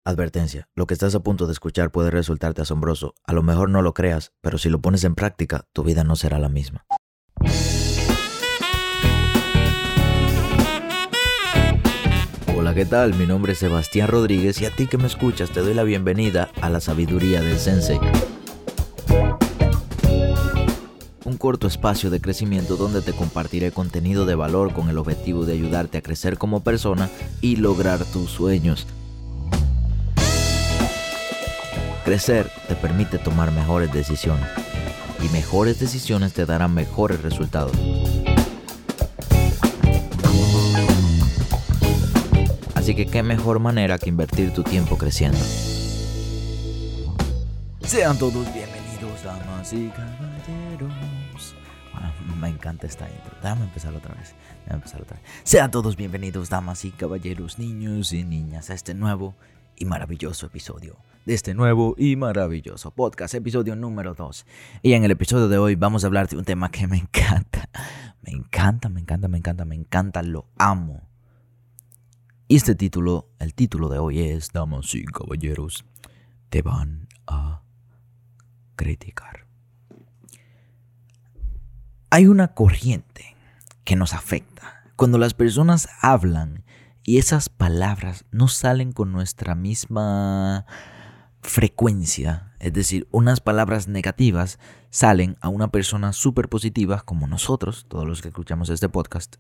Advertencia, lo que estás a punto de escuchar puede resultarte asombroso. A lo mejor no lo creas, pero si lo pones en práctica, tu vida no será la misma. Hola, ¿qué tal? Mi nombre es Sebastián Rodríguez y a ti que me escuchas te doy la bienvenida a la sabiduría del Sensei. Un corto espacio de crecimiento donde te compartiré contenido de valor con el objetivo de ayudarte a crecer como persona y lograr tus sueños. Crecer te permite tomar mejores decisiones y mejores decisiones te darán mejores resultados. Así que qué mejor manera que invertir tu tiempo creciendo. Sean todos bienvenidos, damas y caballeros. Me encanta esta intro. Déjame empezar otra vez. Sean todos bienvenidos, damas y caballeros, niños y niñas, a este nuevo y maravilloso episodio de este nuevo y maravilloso podcast, episodio número 2. Y en el episodio de hoy vamos a hablar de un tema que me encanta. Me encanta, lo amo. Y el título de hoy es: damas y caballeros, te van a criticar. Hay una corriente que nos afecta cuando las personas hablan y esas palabras no salen con nuestra misma frecuencia. Es decir, unas palabras negativas salen a una persona súper positiva como nosotros, todos los que escuchamos este podcast,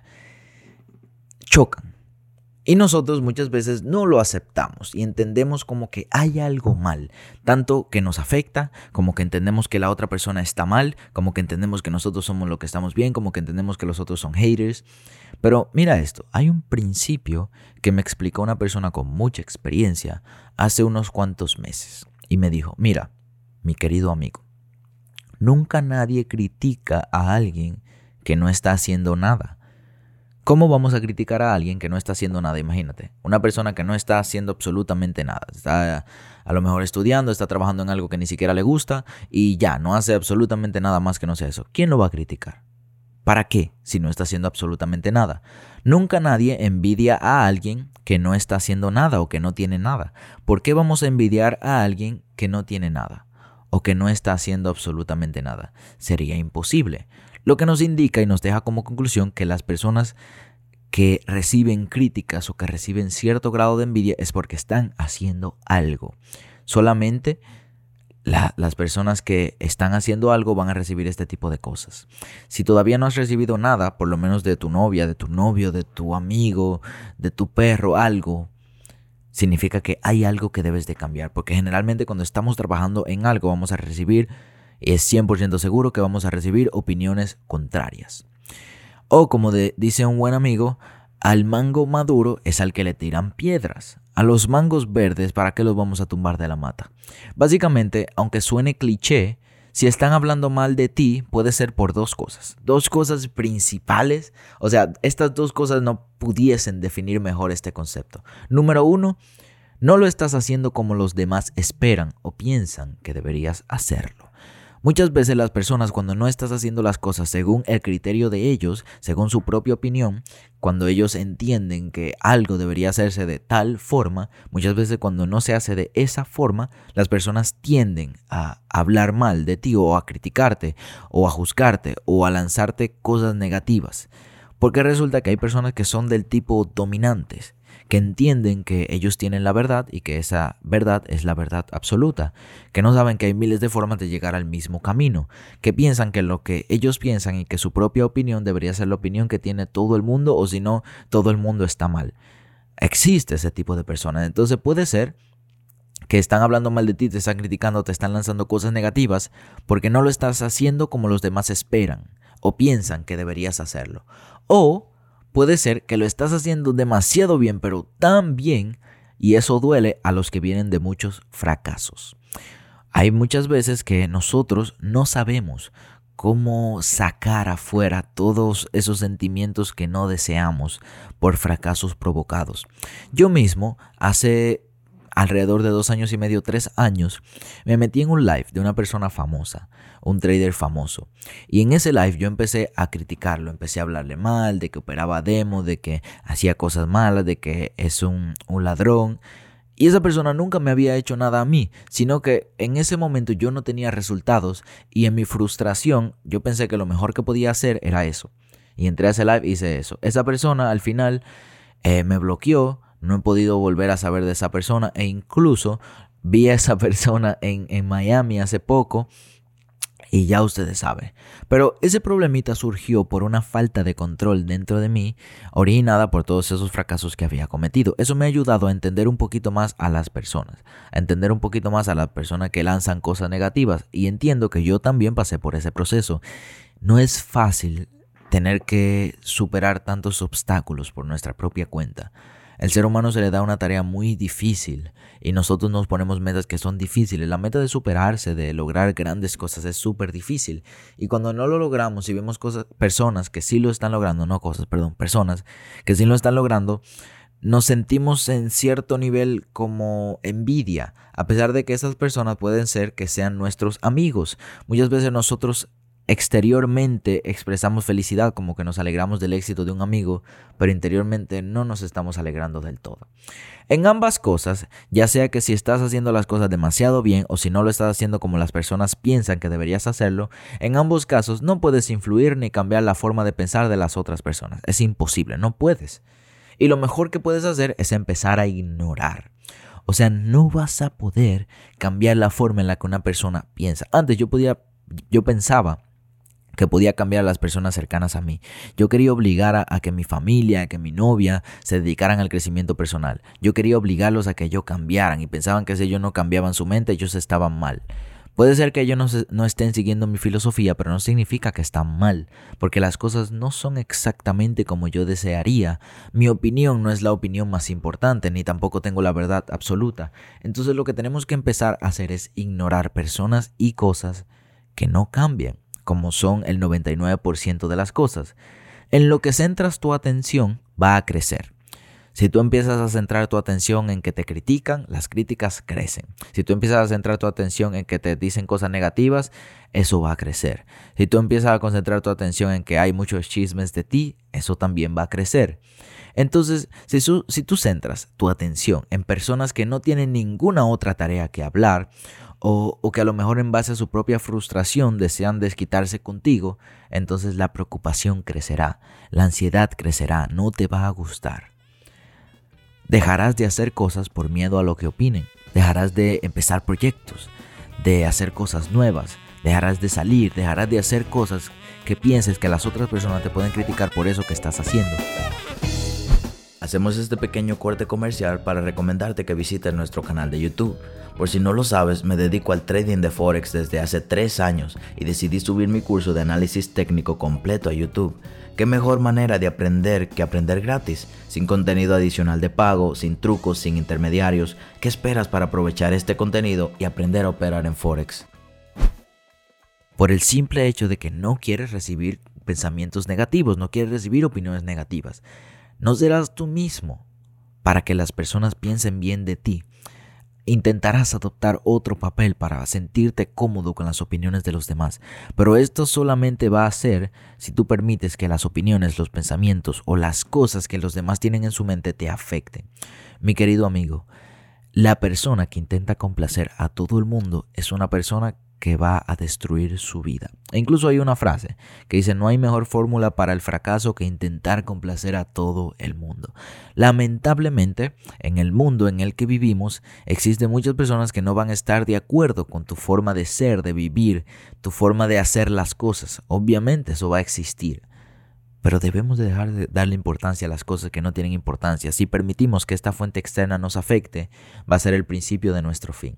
chocan. Y nosotros muchas veces no lo aceptamos y entendemos como que hay algo mal, tanto que nos afecta, como que entendemos que la otra persona está mal, como que entendemos que nosotros somos lo que estamos bien, como que entendemos que los otros son haters. Pero mira esto, hay un principio que me explicó una persona con mucha experiencia hace unos cuantos meses y me dijo: mira, mi querido amigo, nunca nadie critica a alguien que no está haciendo nada. ¿Cómo vamos a criticar a alguien que no está haciendo nada? Imagínate, una persona que no está haciendo absolutamente nada. Está a lo mejor estudiando, está trabajando en algo que ni siquiera le gusta y ya, no hace absolutamente nada más que no sea eso. ¿Quién lo va a criticar? ¿Para qué? Si no está haciendo absolutamente nada. Nunca nadie envidia a alguien que no está haciendo nada o que no tiene nada. ¿Por qué vamos a envidiar a alguien que no tiene nada o que no está haciendo absolutamente nada? Sería imposible. Lo que nos indica y nos deja como conclusión que las personas que reciben críticas o que reciben cierto grado de envidia es porque están haciendo algo. Solamente las personas que están haciendo algo van a recibir este tipo de cosas. Si todavía no has recibido nada, por lo menos de tu novia, de tu novio, de tu amigo, de tu perro, algo, significa que hay algo que debes de cambiar. Porque generalmente cuando estamos trabajando en algo vamos a recibir, es 100% seguro que vamos a recibir opiniones contrarias. O como dice un buen amigo, al mango maduro es al que le tiran piedras. A los mangos verdes, ¿para qué los vamos a tumbar de la mata? Básicamente, aunque suene cliché, si están hablando mal de ti, puede ser por dos cosas principales. O sea, estas dos cosas no pudiesen definir mejor este concepto. Número 1, no lo estás haciendo como los demás esperan o piensan que deberías hacerlo. Muchas veces las personas, cuando no estás haciendo las cosas según el criterio de ellos, según su propia opinión, cuando ellos entienden que algo debería hacerse de tal forma, muchas veces cuando no se hace de esa forma, las personas tienden a hablar mal de ti o a criticarte o a juzgarte o a lanzarte cosas negativas. Porque resulta que hay personas que son del tipo dominantes, que entienden que ellos tienen la verdad y que esa verdad es la verdad absoluta, que no saben que hay miles de formas de llegar al mismo camino, que piensan que lo que ellos piensan y que su propia opinión debería ser la opinión que tiene todo el mundo, o si no, todo el mundo está mal. Existe ese tipo de personas. Entonces puede ser que están hablando mal de ti, te están criticando, te están lanzando cosas negativas porque no lo estás haciendo como los demás esperan o piensan que deberías hacerlo. O puede ser que lo estás haciendo demasiado bien, pero tan bien, y eso duele a los que vienen de muchos fracasos. Hay muchas veces que nosotros no sabemos cómo sacar afuera todos esos sentimientos que no deseamos por fracasos provocados. Yo mismo, hace alrededor de 2 años y medio, 3 años, me metí en un live de una persona famosa, un trader famoso. Y en ese live yo empecé a criticarlo, empecé a hablarle mal, de que operaba demo, de que hacía cosas malas, de que es un ladrón. Y esa persona nunca me había hecho nada a mí, sino que en ese momento yo no tenía resultados y en mi frustración yo pensé que lo mejor que podía hacer era eso. Y entré a ese live y hice eso. Esa persona al final me bloqueó, no he podido volver a saber de esa persona e incluso vi a esa persona en Miami hace poco. Y ya ustedes saben. Pero ese problemita surgió por una falta de control dentro de mí, originada por todos esos fracasos que había cometido. Eso me ha ayudado a entender un poquito más a las personas, a entender un poquito más a las personas que lanzan cosas negativas. Y entiendo que yo también pasé por ese proceso. No es fácil tener que superar tantos obstáculos por nuestra propia cuenta. El ser humano se le da una tarea muy difícil y nosotros nos ponemos metas que son difíciles. La meta de superarse, de lograr grandes cosas es súper difícil. Y cuando no lo logramos y vemos personas que sí lo están logrando, personas que sí lo están logrando, nos sentimos en cierto nivel como envidia, a pesar de que esas personas pueden ser que sean nuestros amigos. Muchas veces nosotros exteriormente expresamos felicidad, como que nos alegramos del éxito de un amigo, pero interiormente no nos estamos alegrando del todo. En ambas cosas, ya sea que si estás haciendo las cosas demasiado bien o si no lo estás haciendo como las personas piensan que deberías hacerlo, en ambos casos no puedes influir ni cambiar la forma de pensar de las otras personas. Es imposible, no puedes. Y lo mejor que puedes hacer es empezar a ignorar. O sea, no vas a poder cambiar la forma en la que una persona piensa. Antes yo pensaba que podía cambiar a las personas cercanas a mí. Yo quería obligar a que mi familia, a que mi novia se dedicaran al crecimiento personal. Yo quería obligarlos a que ellos cambiaran y pensaban que si ellos no cambiaban su mente, ellos estaban mal. Puede ser que ellos no estén siguiendo mi filosofía, pero no significa que están mal, porque las cosas no son exactamente como yo desearía. Mi opinión no es la opinión más importante, ni tampoco tengo la verdad absoluta. Entonces lo que tenemos que empezar a hacer es ignorar personas y cosas que no cambian, como son el 99% de las cosas. En lo que centras tu atención va a crecer. Si tú empiezas a centrar tu atención en que te critican, las críticas crecen. Si tú empiezas a centrar tu atención en que te dicen cosas negativas, eso va a crecer. Si tú empiezas a concentrar tu atención en que hay muchos chismes de ti, eso también va a crecer. Entonces, si tú centras tu atención en personas que no tienen ninguna otra tarea que hablar, o que a lo mejor en base a su propia frustración desean desquitarse contigo, entonces la preocupación crecerá, la ansiedad crecerá, no te va a gustar. Dejarás de hacer cosas por miedo a lo que opinen, dejarás de empezar proyectos, de hacer cosas nuevas, dejarás de salir, dejarás de hacer cosas que pienses que las otras personas te pueden criticar por eso que estás haciendo. Hacemos este pequeño corte comercial para recomendarte que visites nuestro canal de YouTube. Por si no lo sabes, me dedico al trading de Forex desde hace 3 años y decidí subir mi curso de análisis técnico completo a YouTube. ¿Qué mejor manera de aprender que aprender gratis? Sin contenido adicional de pago, sin trucos, sin intermediarios. ¿Qué esperas para aprovechar este contenido y aprender a operar en Forex? Por el simple hecho de que no quieres recibir pensamientos negativos, no quieres recibir opiniones negativas. No serás tú mismo para que las personas piensen bien de ti. Intentarás adoptar otro papel para sentirte cómodo con las opiniones de los demás, pero esto solamente va a ser si tú permites que las opiniones, los pensamientos o las cosas que los demás tienen en su mente te afecten. Mi querido amigo, la persona que intenta complacer a todo el mundo es una persona que va a destruir su vida. E incluso hay una frase que dice: no hay mejor fórmula para el fracaso que intentar complacer a todo el mundo. Lamentablemente, en el mundo en el que vivimos, existen muchas personas que no van a estar de acuerdo con tu forma de ser, de vivir, tu forma de hacer las cosas. Obviamente eso va a existir. Pero debemos de dejar de darle importancia a las cosas que no tienen importancia. Si permitimos que esta fuente externa nos afecte, va a ser el principio de nuestro fin.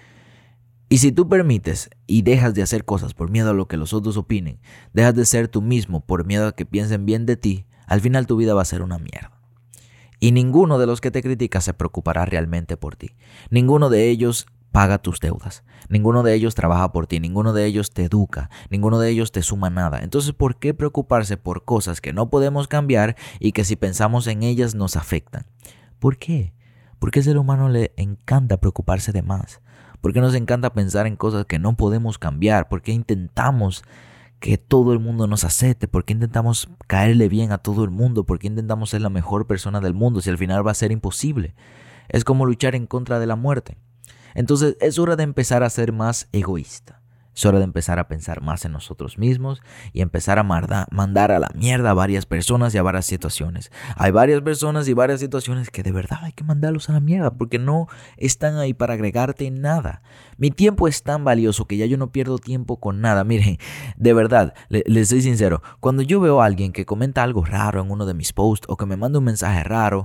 Y si tú permites y dejas de hacer cosas por miedo a lo que los otros opinen, dejas de ser tú mismo por miedo a que piensen bien de ti, al final tu vida va a ser una mierda. Y ninguno de los que te critica se preocupará realmente por ti. Ninguno de ellos paga tus deudas. Ninguno de ellos trabaja por ti. Ninguno de ellos te educa. Ninguno de ellos te suma nada. Entonces, ¿por qué preocuparse por cosas que no podemos cambiar y que si pensamos en ellas nos afectan? ¿Por qué? Porque al ser humano le encanta preocuparse de más. ¿Por qué nos encanta pensar en cosas que no podemos cambiar? ¿Por qué intentamos que todo el mundo nos acepte? ¿Por qué intentamos caerle bien a todo el mundo? ¿Por qué intentamos ser la mejor persona del mundo si al final va a ser imposible? Es como luchar en contra de la muerte. Entonces es hora de empezar a ser más egoísta. Es hora de empezar a pensar más en nosotros mismos y empezar a mandar a la mierda a varias personas y a varias situaciones. Hay varias personas y varias situaciones que de verdad hay que mandarlos a la mierda porque no están ahí para agregarte nada. Mi tiempo es tan valioso que ya yo no pierdo tiempo con nada. Miren, de verdad, les soy sincero. Cuando yo veo a alguien que comenta algo raro en uno de mis posts o que me manda un mensaje raro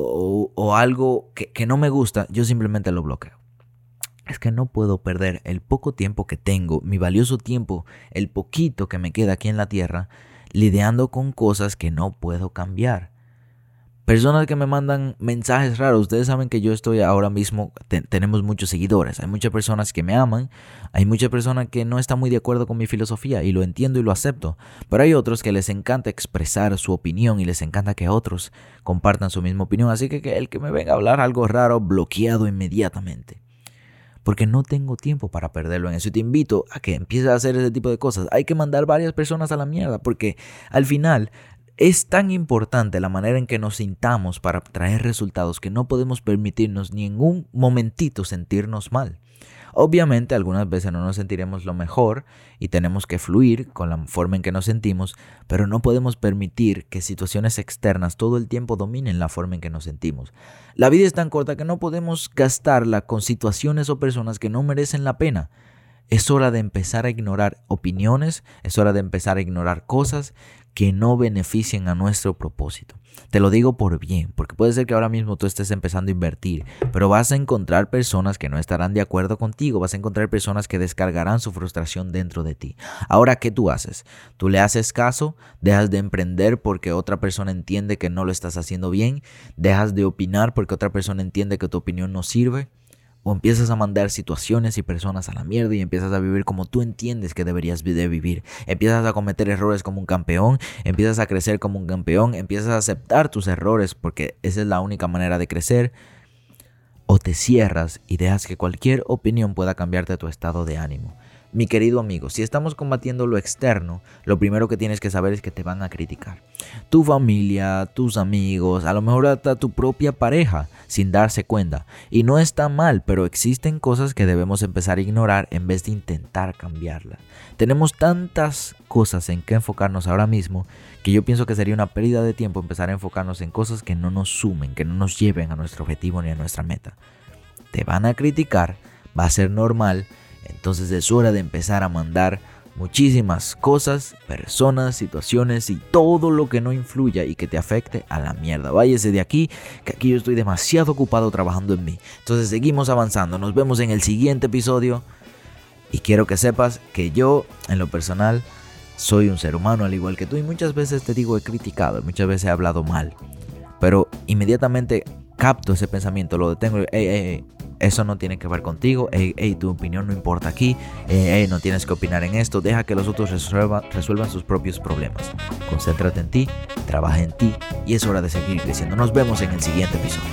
o algo que no me gusta, yo simplemente lo bloqueo. Es que no puedo perder el poco tiempo que tengo, mi valioso tiempo, el poquito que me queda aquí en la tierra, lidiando con cosas que no puedo cambiar. Personas que me mandan mensajes raros. Ustedes saben que yo estoy ahora mismo, tenemos muchos seguidores. Hay muchas personas que me aman, hay muchas personas que no están muy de acuerdo con mi filosofía y lo entiendo y lo acepto. Pero hay otros que les encanta expresar su opinión y les encanta que otros compartan su misma opinión. Así que el que me venga a hablar algo raro, bloqueado inmediatamente. Porque no tengo tiempo para perderlo en eso. Y te invito a que empieces a hacer ese tipo de cosas. Hay que mandar varias personas a la mierda. Porque al final es tan importante la manera en que nos sintamos para traer resultados que no podemos permitirnos ni en un momentito sentirnos mal. Obviamente algunas veces no nos sentiremos lo mejor y tenemos que fluir con la forma en que nos sentimos, pero no podemos permitir que situaciones externas todo el tiempo dominen la forma en que nos sentimos. La vida es tan corta que no podemos gastarla con situaciones o personas que no merecen la pena. Es hora de empezar a ignorar opiniones, es hora de empezar a ignorar cosas que no beneficien a nuestro propósito. Te lo digo por bien, porque puede ser que ahora mismo tú estés empezando a invertir, pero vas a encontrar personas que no estarán de acuerdo contigo, vas a encontrar personas que descargarán su frustración dentro de ti. Ahora, ¿qué tú haces? ¿Tú le haces caso? ¿Dejas de emprender porque otra persona entiende que no lo estás haciendo bien? ¿Dejas de opinar porque otra persona entiende que tu opinión no sirve? O empiezas a mandar situaciones y personas a la mierda y empiezas a vivir como tú entiendes que deberías de vivir. Empiezas a cometer errores como un campeón, empiezas a crecer como un campeón, empiezas a aceptar tus errores porque esa es la única manera de crecer. O te cierras y dejas que cualquier opinión pueda cambiarte tu estado de ánimo. Mi querido amigo, si estamos combatiendo lo externo, lo primero que tienes que saber es que te van a criticar. Tu familia, tus amigos, a lo mejor hasta tu propia pareja, sin darse cuenta. Y no está mal, pero existen cosas que debemos empezar a ignorar en vez de intentar cambiarlas. Tenemos tantas cosas en que enfocarnos ahora mismo que yo pienso que sería una pérdida de tiempo empezar a enfocarnos en cosas que no nos sumen, que no nos lleven a nuestro objetivo ni a nuestra meta. Te van a criticar, va a ser normal. Entonces es hora de empezar a mandar muchísimas cosas, personas, situaciones y todo lo que no influya y que te afecte a la mierda. Váyase de aquí, que aquí yo estoy demasiado ocupado trabajando en mí. Entonces seguimos avanzando, nos vemos en el siguiente episodio y quiero que sepas que yo, en lo personal, soy un ser humano al igual que tú y muchas veces te digo he criticado, muchas veces he hablado mal, pero inmediatamente capto ese pensamiento, lo detengo y eso no tiene que ver contigo, tu opinión no importa aquí, no tienes que opinar en esto, deja que los otros resuelvan sus propios problemas. Concéntrate en ti, trabaja en ti y es hora de seguir creciendo. Nos vemos en el siguiente episodio.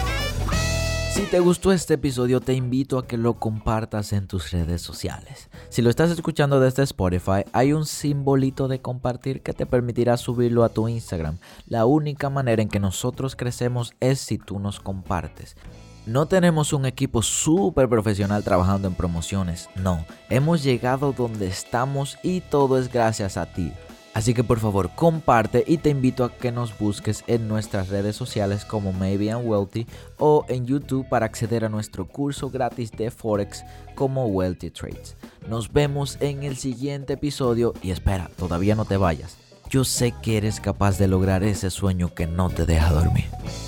Si te gustó este episodio, te invito a que lo compartas en tus redes sociales. Si lo estás escuchando desde Spotify, hay un simbolito de compartir que te permitirá subirlo a tu Instagram. La única manera en que nosotros crecemos es si tú nos compartes. No tenemos un equipo súper profesional trabajando en promociones, no. Hemos llegado donde estamos y todo es gracias a ti. Así que por favor comparte y te invito a que nos busques en nuestras redes sociales como Maybe I'm Wealthy o en YouTube para acceder a nuestro curso gratis de Forex como Wealthy Trades. Nos vemos en el siguiente episodio y espera, todavía no te vayas. Yo sé que eres capaz de lograr ese sueño que no te deja dormir.